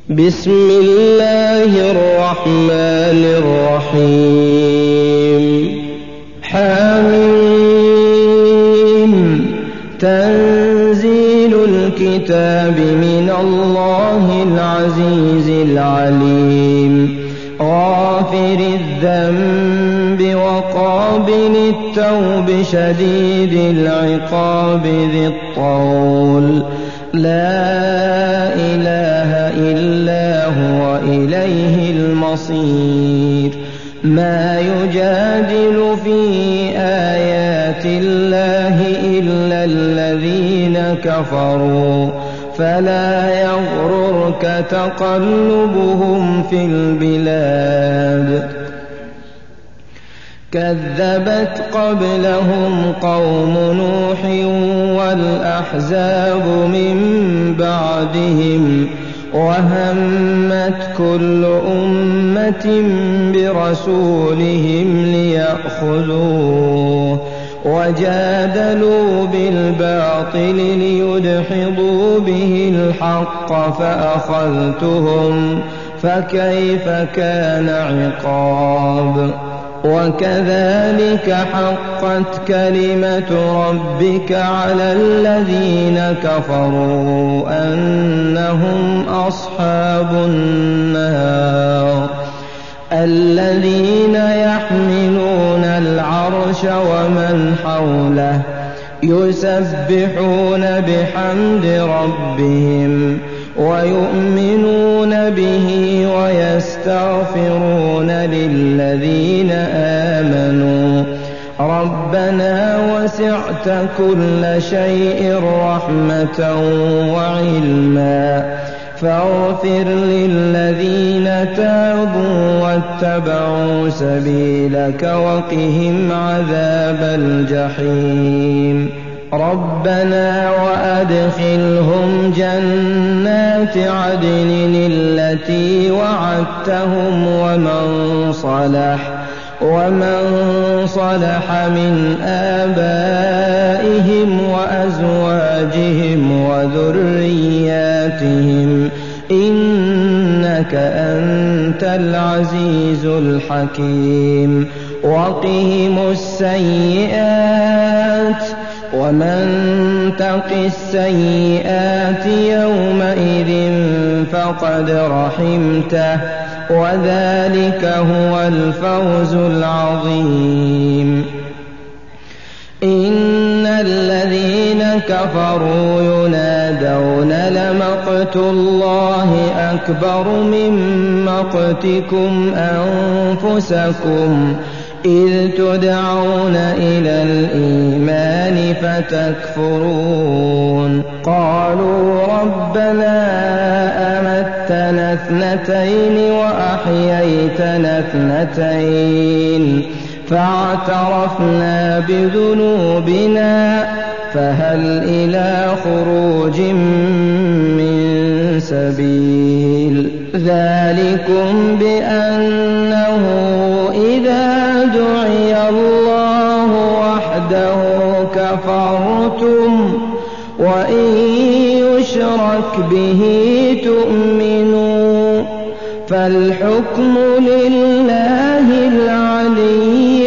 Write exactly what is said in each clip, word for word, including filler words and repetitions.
بسم الله الرحمن الرحيم حميم تنزيل الكتاب من الله العزيز العليم غافر الذنب وقابل التوب شديد العقاب ذي الطول لا إله إلا هو إليه المصير ما يجادل في آيات الله إلا الذين كفروا فلا يغررك تقلبهم في البلاد كذبت قبلهم قوم نوح والأحزاب من بعدهم وهمت كل أمة برسولهم ليأخذوه وجادلوا بالباطل ليدحضوا به الحق فأخذتهم فكيف كان عقاب وكذلك حقت كلمة ربك على الذين كفروا أنهم أصحاب النار الذين يحملون العرش ومن حوله يسبحون بحمد ربهم ويؤمنون به ويستغفرون للذين آمنوا ربنا وسعت كل شيء رحمة وعلما فاغفر للذين تابوا واتبعوا سبيلك وقهم عذاب الجحيم ربنا وأدخلهم جنات عدن التي وعدتهم ومن صلح ومن صلح من آبائهم وأزواجهم وذرياتهم إنك أنت العزيز الحكيم وقهم السيئات ومن تق السيئات يومئذ فقد رحمته وذلك هو الفوز العظيم إن الذين كفروا ينادون لمقت الله أكبر من مقتكم أنفسكم إذ تدعون إلى الإيمان فتكفرون قالوا ربنا أمتنا اثنتين وأحييتنا اثنتين فاعترفنا بذنوبنا فهل إلى خروج من سبيل ذلكم بأنه إذا دعي الله وحده كفرتم وإن يشرك به تؤمنوا فالحكم لله العلي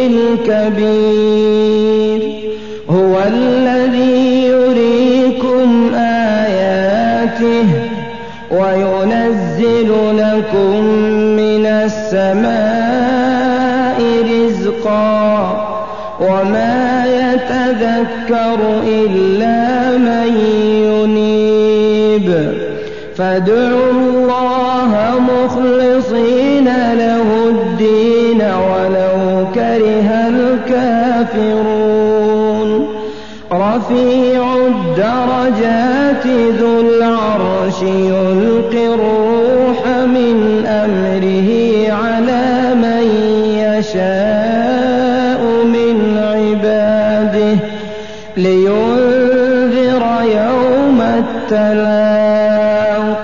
الكبير هو الذي يريكم آياته وينزل لكم من السماء رزقا وما يتذكر إلا من ينيب فادعوا الله مخلصين له الدين ولو كره الكافرون رفيع الدرجات ذو العرش يلقي الروح من أمره على من يشاء من عباده لينذر يوم التلاق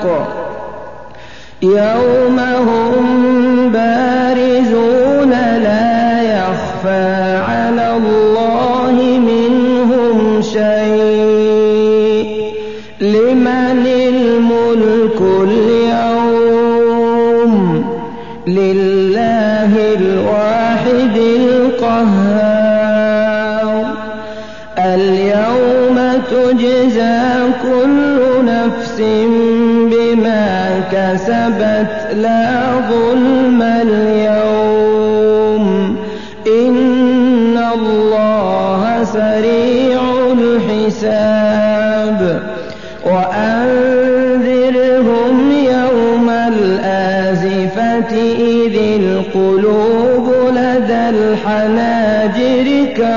يوم هم بارزون لا يخفى على الله منهم شيء لمن الملك اليوم لله الواحد القهار. اليوم تجزى كل نفس بما كسبت لا ظلم اليوم إن الله سريع الحساب. وأنذرهم يوم الآزفة إذ القلوب لدى الحناجر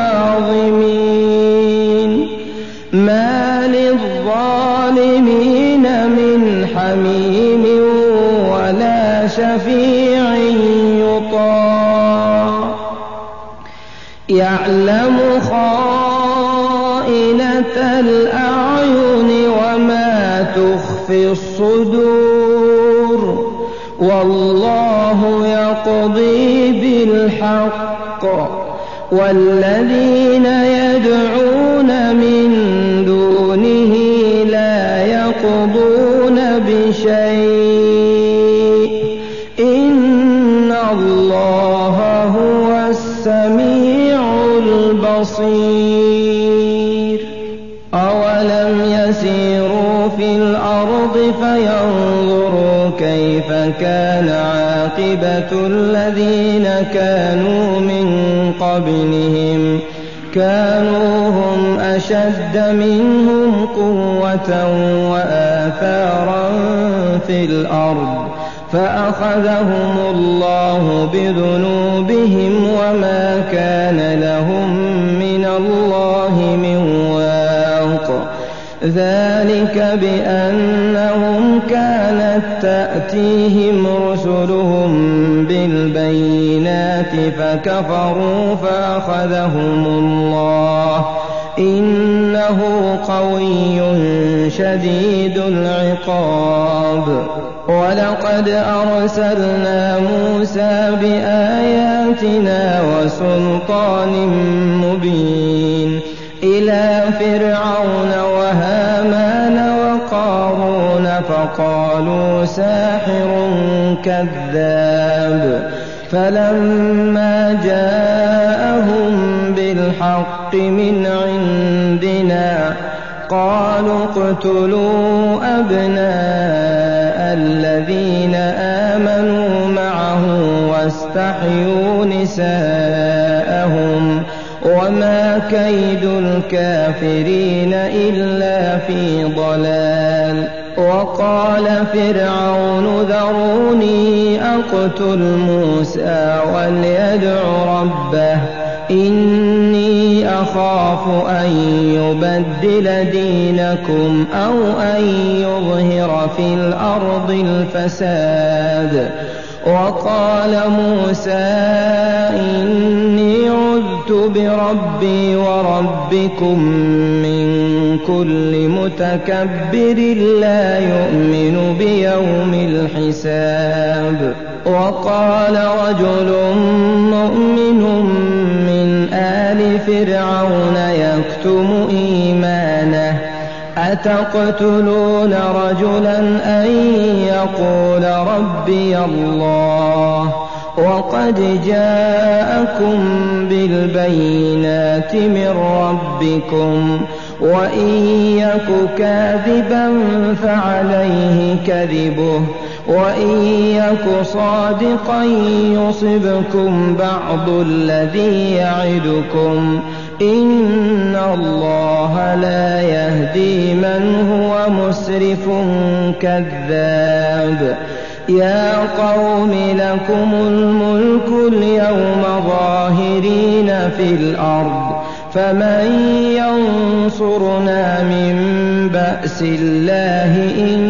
كاظمين ما للظالمين من حميم ولا شفيع يطاع يعلم خائنة الأعين وما تخفي الصدور والله يقضي بالحق والذين يدعون من دونه لا يقضون بشيء إن الله هو السميع البصير. أولم يسيروا في الأرض فينظروا كيف كان عاقبة الذين كانوا من قبلهم كانوا هم أشد منهم قوة وآثارا في الأرض فأخذهم الله بذنوبهم وما كان لهم من الله من واق. ذلك بأنهم كانت تأتيهم رسلهم بالبينات فكفروا فأخذهم الله إنه قوي شديد العقاب. ولقد أرسلنا موسى بآياتنا وسلطان مبين إلى فرعون وهامان وقارون فقالوا ساحر كذاب. فلما جاءهم بالحق من عندنا قالوا اقتلوا أبناء الذين آمنوا معه واستحيوا نساءهم وما كيد الكافرين إلا في ضلال. وقال فرعون ذروني أقتل موسى وليدع ربه إني أخاف أن يبدل دينكم أو أن يظهر في الأرض الفساد. وقال موسى إني عذت بربي وربكم من كل متكبر لا يؤمن بيوم الحساب. وقال رجل مؤمن من آل فرعون يكتم إيمانه أتقتلون رجلا أن يقول ربي الله وقد جاءكم بالبينات من ربكم وإن يك كاذبا فعليه كذبه وإن يك صادقا يصبكم بعض الذي يعدكم إن الله لا يهدي من هو مسرف كذاب. يا قوم لكم الملك اليوم ظاهرين في الأرض فمن ينصرنا من بأس الله إن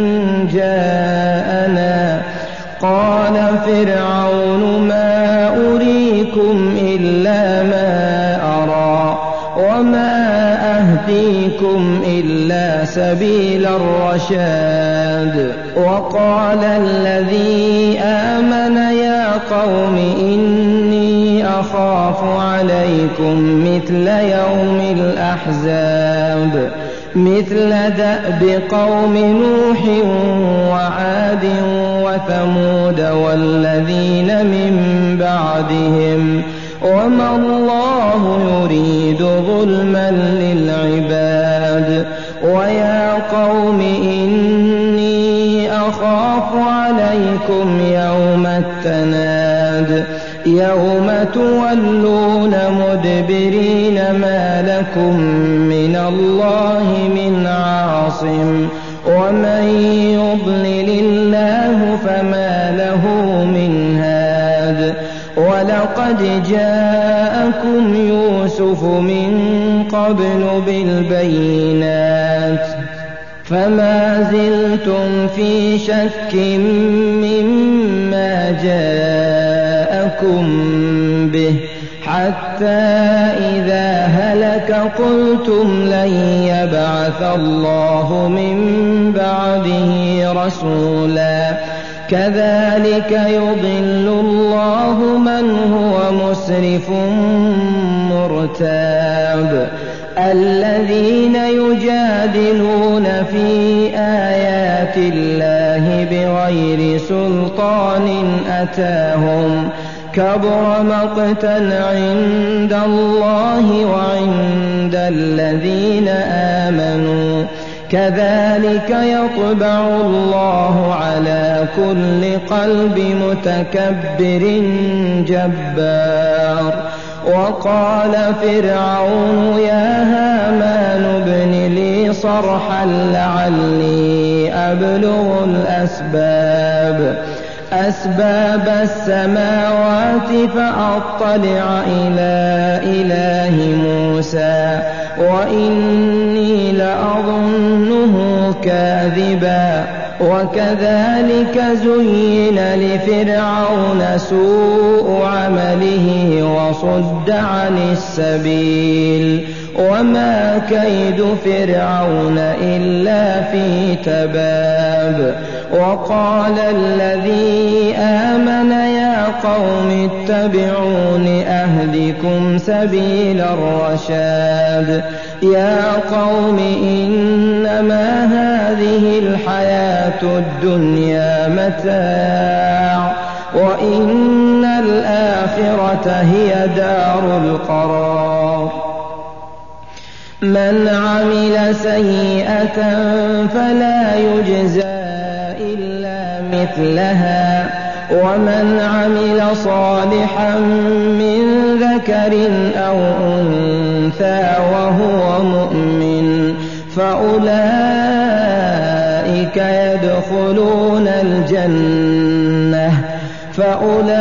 جاءنا. قال فرعون ما أريكم إلا ما أرى وما أهديكم إلا سبيل الرشاد. وقال الذي آمن يا قوم إني أخاف عليكم مثل يوم الأحزاب مثل دأب قوم نوح وعاد وثمود والذين من بعدهم وما الله يريد ظلما للعباد ويا قوم إني أخاف عليكم يوم التناد يوم تولون مدبرين ما لكم من الله من عاصم ومن يضلل الله فما له من هاد ولقد جاءكم يوسف من قبل بالبينات فما زلتم في شك مما جاءكم به حتى إذا هلك قلتم لن يبعث الله من بعده رسولا كذلك يضل الله من هو مسرف مرتاب الذين يجادلون في آيات الله بغير سلطان أتاهم كبر مقتا عند الله وعند الذين آمنوا كذلك يطبع الله على كل قلب متكبر جبار وقال فرعون يا هامان ابن لي صرحا لعلي أبلغ الأسباب أسباب السماوات فأطلع إلى إله موسى وإني لأظنه كاذبا وكذلك زين لفرعون سوء عمله وصد عن السبيل وما كيد فرعون إلا في تباب وقال الذي آمن يا قوم اتبعون أهدكم سبيل الرشاد يا قوم إنما هذه الحياة الدنيا متاع وإن الآخرة هي دار القرار من عمل سيئة فلا يجزى إلا مثلها ومن عمل صالحا من ذكر أو أنثى وهو مؤمن فأولئك يدخلون الجنة فأولئك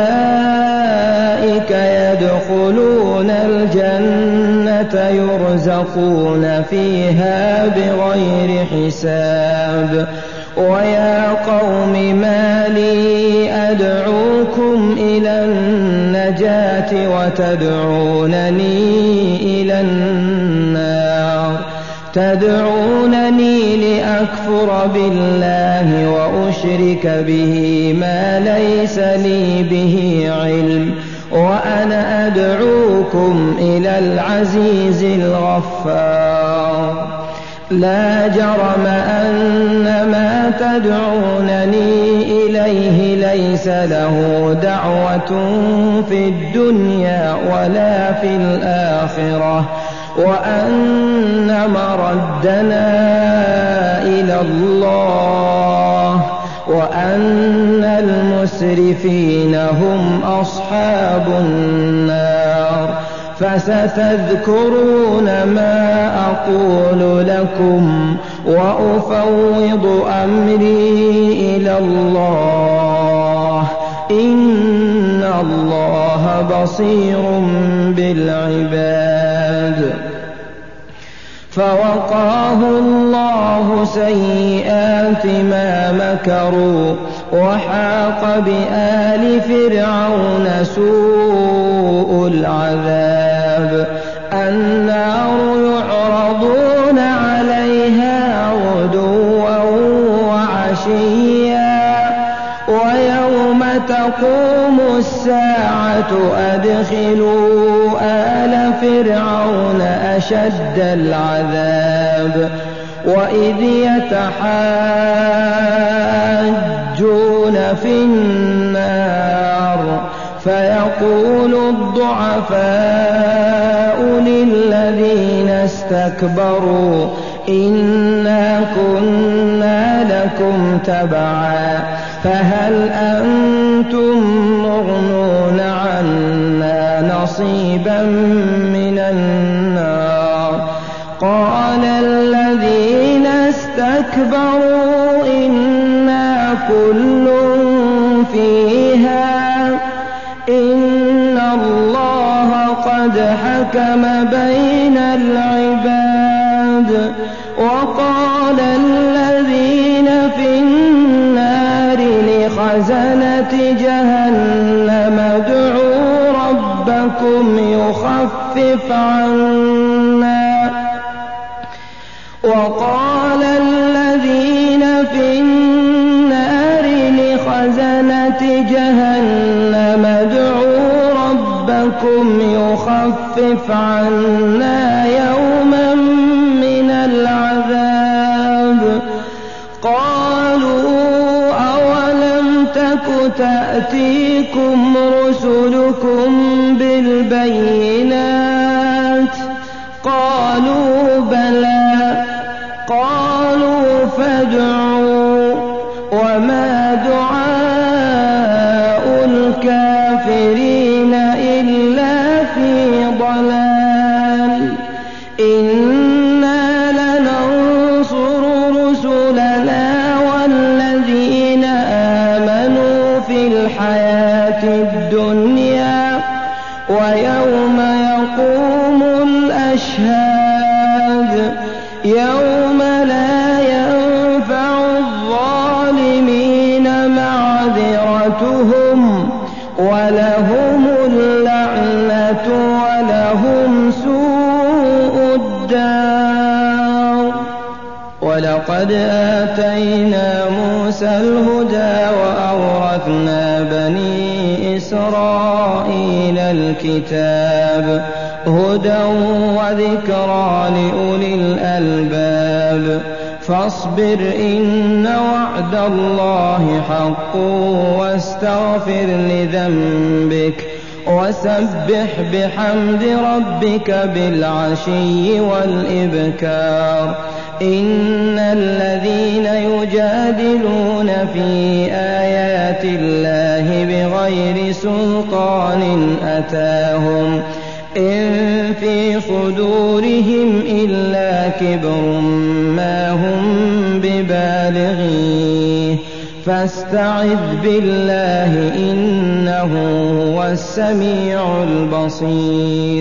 يدخلون الجنة يرزقون فيها بغير حساب ويا قوم ما لي أدعوكم إلى النجاة وتدعونني إلى النار تدعونني لأكفر بالله وأشرك به ما ليس لي به علم وأنا أدعوكم إلى العزيز الغفار لا جرم أن ما تدعونني إليه ليس له دعوة في الدنيا ولا في الآخرة وأن مردنا إلى الله وأن المسرفين هم أصحاب النار فستذكرون ما أقول لكم وأفوض أمري إلى الله إن الله بصير بالعباد فوقاه الله سيئات ما مكروا وحاق بآل فرعون سوء العذاب النار يعرضون عليها غدوا وعشيا ويوم تقوم الساعة أدخلوا آل فرعون أشد العذاب وإذ يتحاجون في النار فيقول الضعفاء للذين استكبروا إنا كنا لكم تبعا فهل أنتم مغنون عنا نصيبا من النار قال الذين استكبروا إنا كل فيها إن الله قد حكم بين العباد وقال الذين في النار لخزنة جهنم ادعوا ربكم يخفف عنا وقال الذين في النار لخزنة جهنم ادعوا ربكم يخفف عنا يوما من العذاب قالوا أولم تك تأتيكم رسلكم بالبينات قالوا بلى قالوا فادعوا وما دعاء الكافرين إلا في ضلال إنا لننصر رسلنا والذين آمنوا في الحياة الدنيا ويوم يقوم الأشهاد يوم لا ينفع الظالمين معذرتهم ولهم اللعنة ولهم سوء الدار ولقد آتينا موسى الهدى وأورثنا بني إسرائيل الكتاب هدى وذكرى لأولي الألباب فاصبر إن وعد الله حق واستغفر لذنبك وسبح بحمد ربك بالعشي والإبكار إن الذين يجادلون في آيات الله بغير سلطان أتاهم إن في صدورهم إلا كبر ما هم ببالغيه فاستعذ بالله إنه هو السميع البصير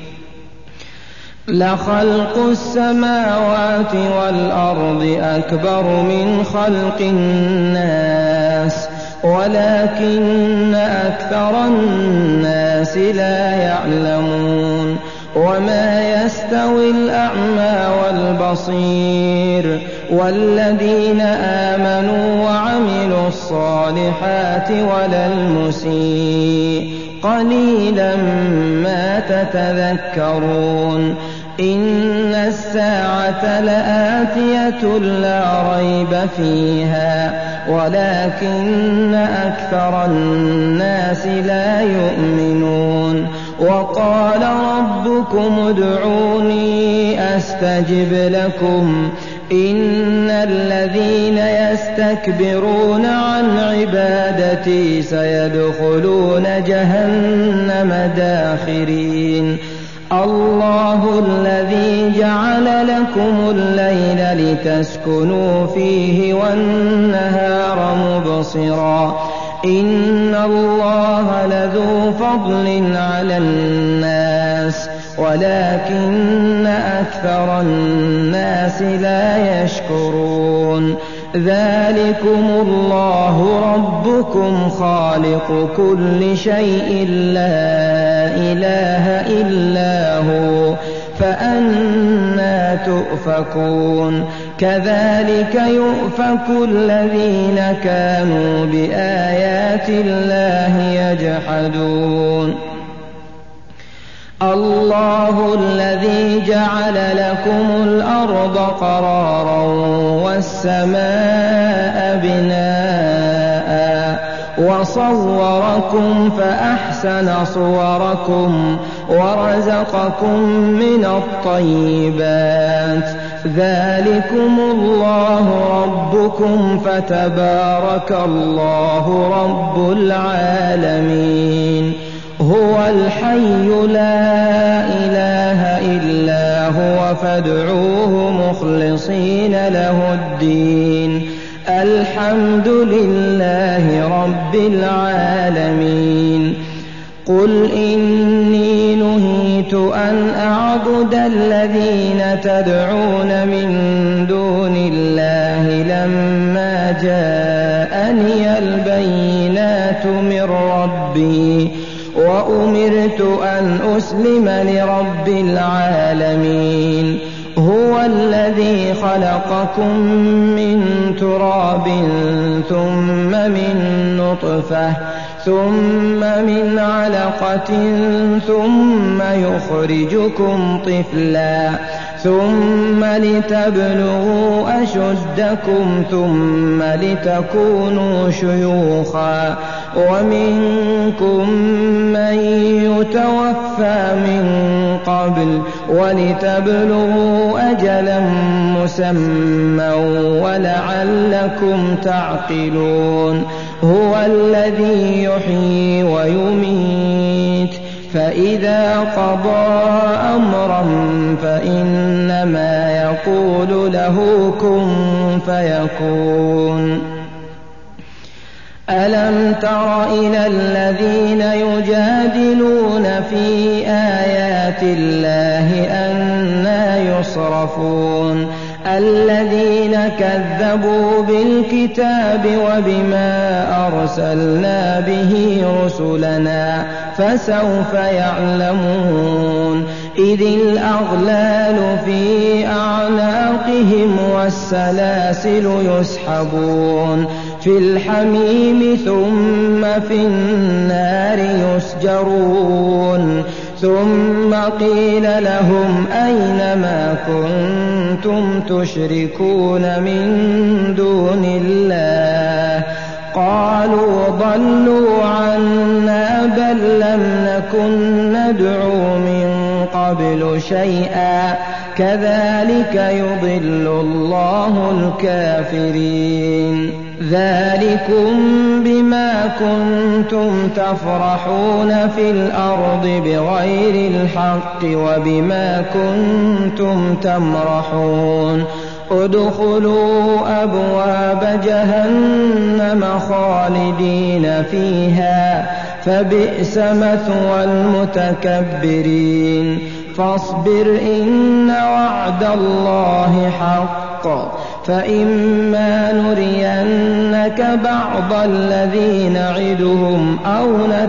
لخلق السماوات والأرض أكبر من خلق الناس ولكن أكثر الناس لا يعلمون وما يستوي الأعمى والبصير والذين آمنوا وعملوا الصالحات ولا المسيء قليلا ما تتذكرون إن الساعة لآتية لا ريب فيها ولكن أكثر الناس لا يؤمنون وقال ربكم ادعوني أستجب لكم إن الذين يستكبرون عن عبادتي سيدخلون جهنم داخرين الله الذي جعل لكم الليل لتسكنوا فيه والنهار مبصرا إن الله لذو فضل على الناس ولكن أكثر الناس لا يشكرون ذلكم الله ربكم خالق كل شيء لا إله إلا هو فأنى تؤفكون كذلك يؤفك الذين كانوا بآيات الله يجحدون الله الذي جعل لكم الأرض قرارا والسماء بناء وصوركم فأحسن صوركم ورزقكم من الطيبات ذلكم الله ربكم فتبارك الله رب العالمين هو الحي لا إله إلا هو فادعوه مخلصين له الدين الحمد لله رب العالمين قل إني نهيت أن أعبد الذين تدعون من دون الله لما جاءني البينات من ربي وأمرت أن أسلم لرب العالمين هو الذي خلقكم من تراب ثم من نطفة ثم من علقة ثم يخرجكم طفلا ثم لتبلغوا أشدكم ثم لتكونوا شيوخا ومنكم من يتوفى من قبل ولتبلغوا أجلا مسمى ولعلكم تعقلون هو الذي يحيي ويميت فإذا قضى أمرا فإنما يقول له كن فيكون ألم تر إلى الذين يجادلون في آيات الله أنى يصرفون الذين كذبوا بالكتاب وبما أرسلنا به رسلنا فسوف يعلمون إذ الأغلال في أعناقهم والسلاسل يسحبون في الحميم ثم في النار يسجرون ثم قيل لهم أين ما كنتم تشركون من دون الله قالوا ضلوا عنا بل لم نكن ندعو من قبل شيئا كذلك يضل الله الكافرين ذلكم بما كنتم تفرحون في الأرض بغير الحق وبما كنتم تمرحون ادخلوا أبواب جهنم خالدين فيها فبئس مثوى المتكبرين فاصبر إن وعد الله حق فإما نرينك بعض الذي نعدهم أو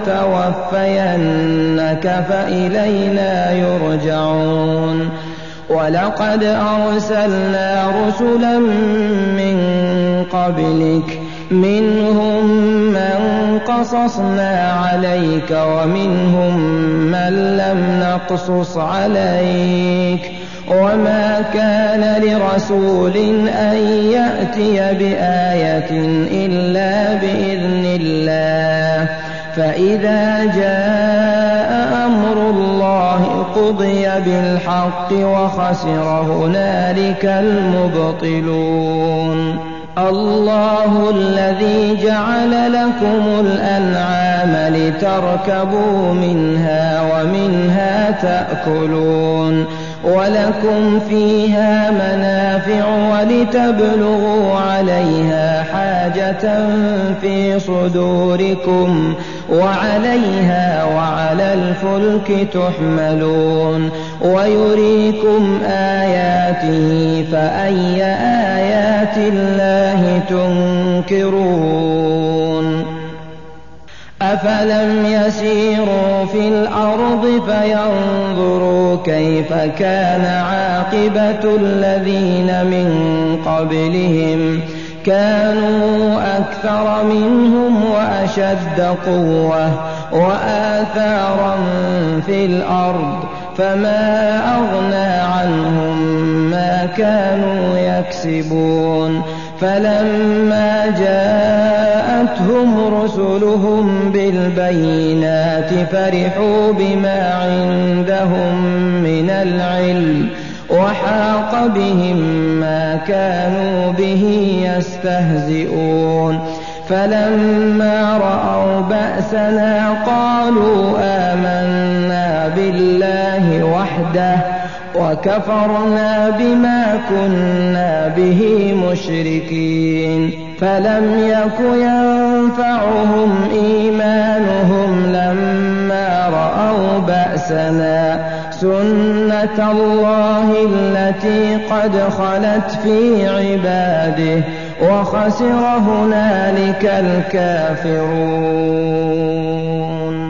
نتوفينك فإلينا يرجعون ولقد أرسلنا رسلا من قبلك منهم من قصصنا عليك ومنهم من لم نقصص عليك وما كان لرسول أن يأتي بآية إلا بإذن الله فإذا جاء أمر الله قضي بالحق وخسر هنالك المبطلون الله الذي جعل لكم الأنعام لتركبوا منها ومنها تأكلون ولكم فيها منافع ولتبلغوا عليها حاجة في صدوركم وعليها وعلى الفلك تحملون ويريكم آياته فأي آيات الله تنكرون أفلم يسيروا في الأرض فينظروا كيف كان عاقبة الذين من قبلهم كانوا أكثر منهم وأشد قوة وآثارا في الأرض فما أغنى عنهم ما كانوا يكسبون فلما جاءتهم رسلهم بالبينات فرحوا بما عندهم من العلم وحاق بهم ما كانوا به يستهزئون فلما رأوا بأسنا قالوا آمنا بالله وحده وكفرنا بما كنا به مشركين فلم يك ينفعهم إيمانهم لما رأوا بأسنا سنة الله التي قد خلت في عباده وخسر هنالك الكافرون.